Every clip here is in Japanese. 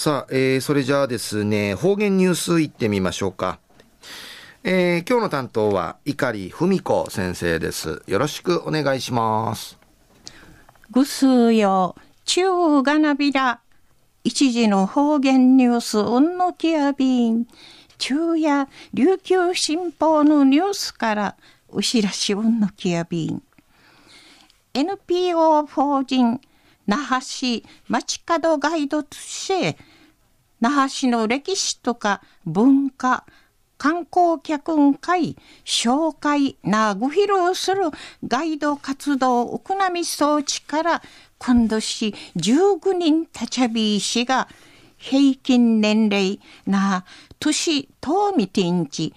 さあ、それじゃあですね、方言ニュースいってみましょうか。今日の担当は碇文子先生です。よろしくお願いします。 ぐすよ中がなびら一時の方言ニュースうんのきやびん中や琉球新報のニュースからうしらしうんのきやびん NPO 法人那覇市街角ガイドとして那覇市の歴史とか文化観光客会紹介なご披露するガイド活動うくなみ装置から今年19人たちゃびしが平均年齢な年とみてんち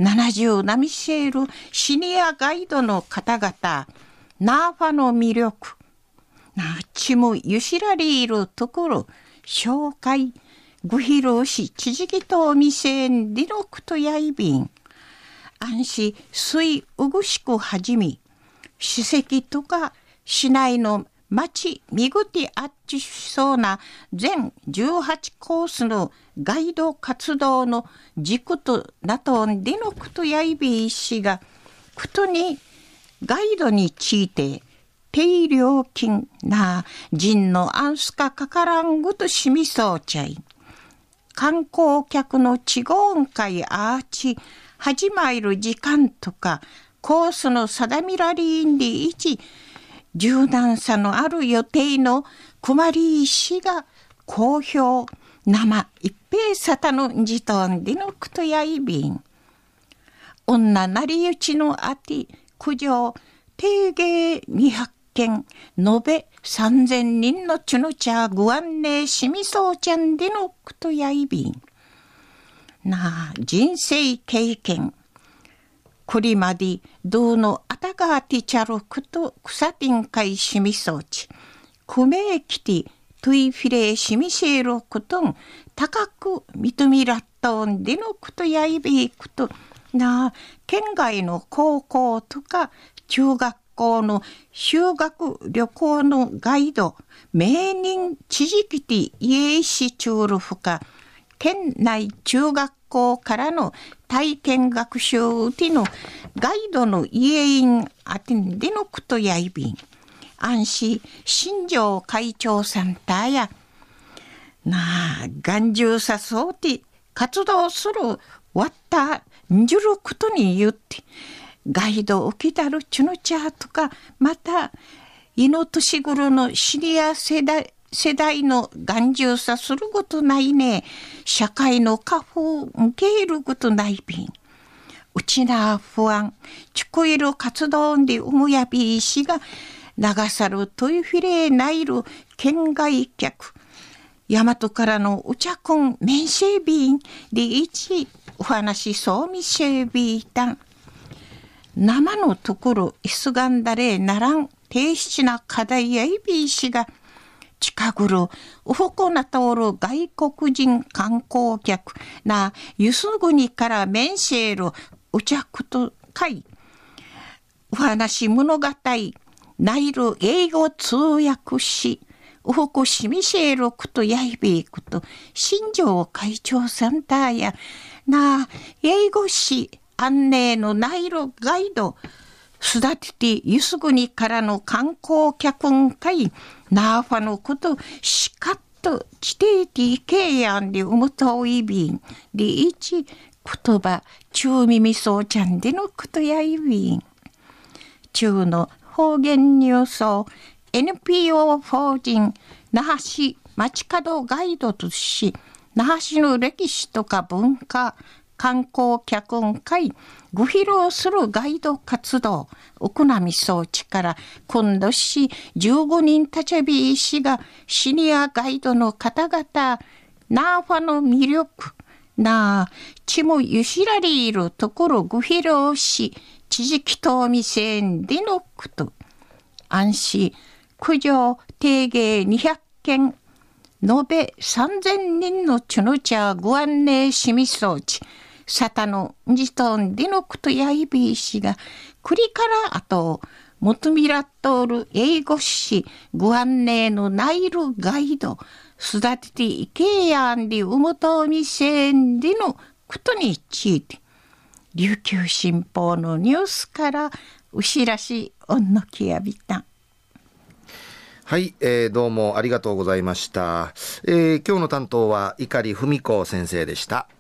70なみせるシニアガイドの方々ナーファの魅力なちむゆしらりいるところ紹介ご披露しちじきとみせんりのくとやいびん安心水うぐしくはじみ史跡とか市内の町みぐてあっちしそうな全18コースのガイド活動の軸となとんりのくとやいびいしがくとにガイドについて低料金な人のアンスかかからんぐとしみそうちゃい観光客の地合会アーチ始まる時間とかコースの定めらりんで一柔軟さのある予定のくまり石が好評生一平さたのじとんでのくとやいびん女なりゆちのあて苦情定芸200件延べ3000人のちゅのちゃぐわんねしみそうちゃんでのくとやいびんなあ人生経験これまでどうのあたがてちゃるくとくさてんかいしみそうちくめきてトゥイフィレしみせることん高く認めらったんでのくとやいびくとなあ県外の高校とか中学校の修学旅行のガイド名人知識的家し中るふか県内中学校からの体験学習うてのガイドの家員あてんでのくとやいびん安心新庄会長さんたやなあ眼中さそうて活動するわったんじゅることに言ってガイドを受けたるちゅのちゃとかまたいのとしぐるのシニア世代の眼中さすることないね社会の過保受けることないびんうちな不安ちこえる活動でうむやびいしが流さるトイフィレないる県外客大和からのうちゃくんめんせいびんでいちお話そうみせびいたん生のところいすがんだれならん低質な課題やいびいしが近ぐるうほこなとおる外国人観光客なゆすぐにから面せるうちゃくとかいお話物語ないる英語通訳しうほこしみせることやいびいこと新庄会長さんたやな英語し案内のないるガイド育ててゆすぐにからの観光客んかいナーファのことしかっときていていけやんでうむといびんでいち言葉中耳そうちゃんでのことやいびん中の方言ニュースを NPO 法人那覇市街角ガイドとし那覇市の歴史とか文化観光客会ご披露するガイド活動うくなみ装置から今年15人たちびいしがシニアガイドの方々ナーファの魅力なあちもゆしらりいるところご披露し知識とみせんでのこと安心苦情定芸200件延べ3000人のちゅのちゃご案内しみ装置サタのじとんでのくとやいびいしがくりからあともとみらっとおる英語しご案内のないるガイド育てていけやんでうむとみせんでのことについて、琉球新報のニュースからうしらしおんのきやびたん。 はい、どうもありがとうございました。今日の担当は碇文子先生でした。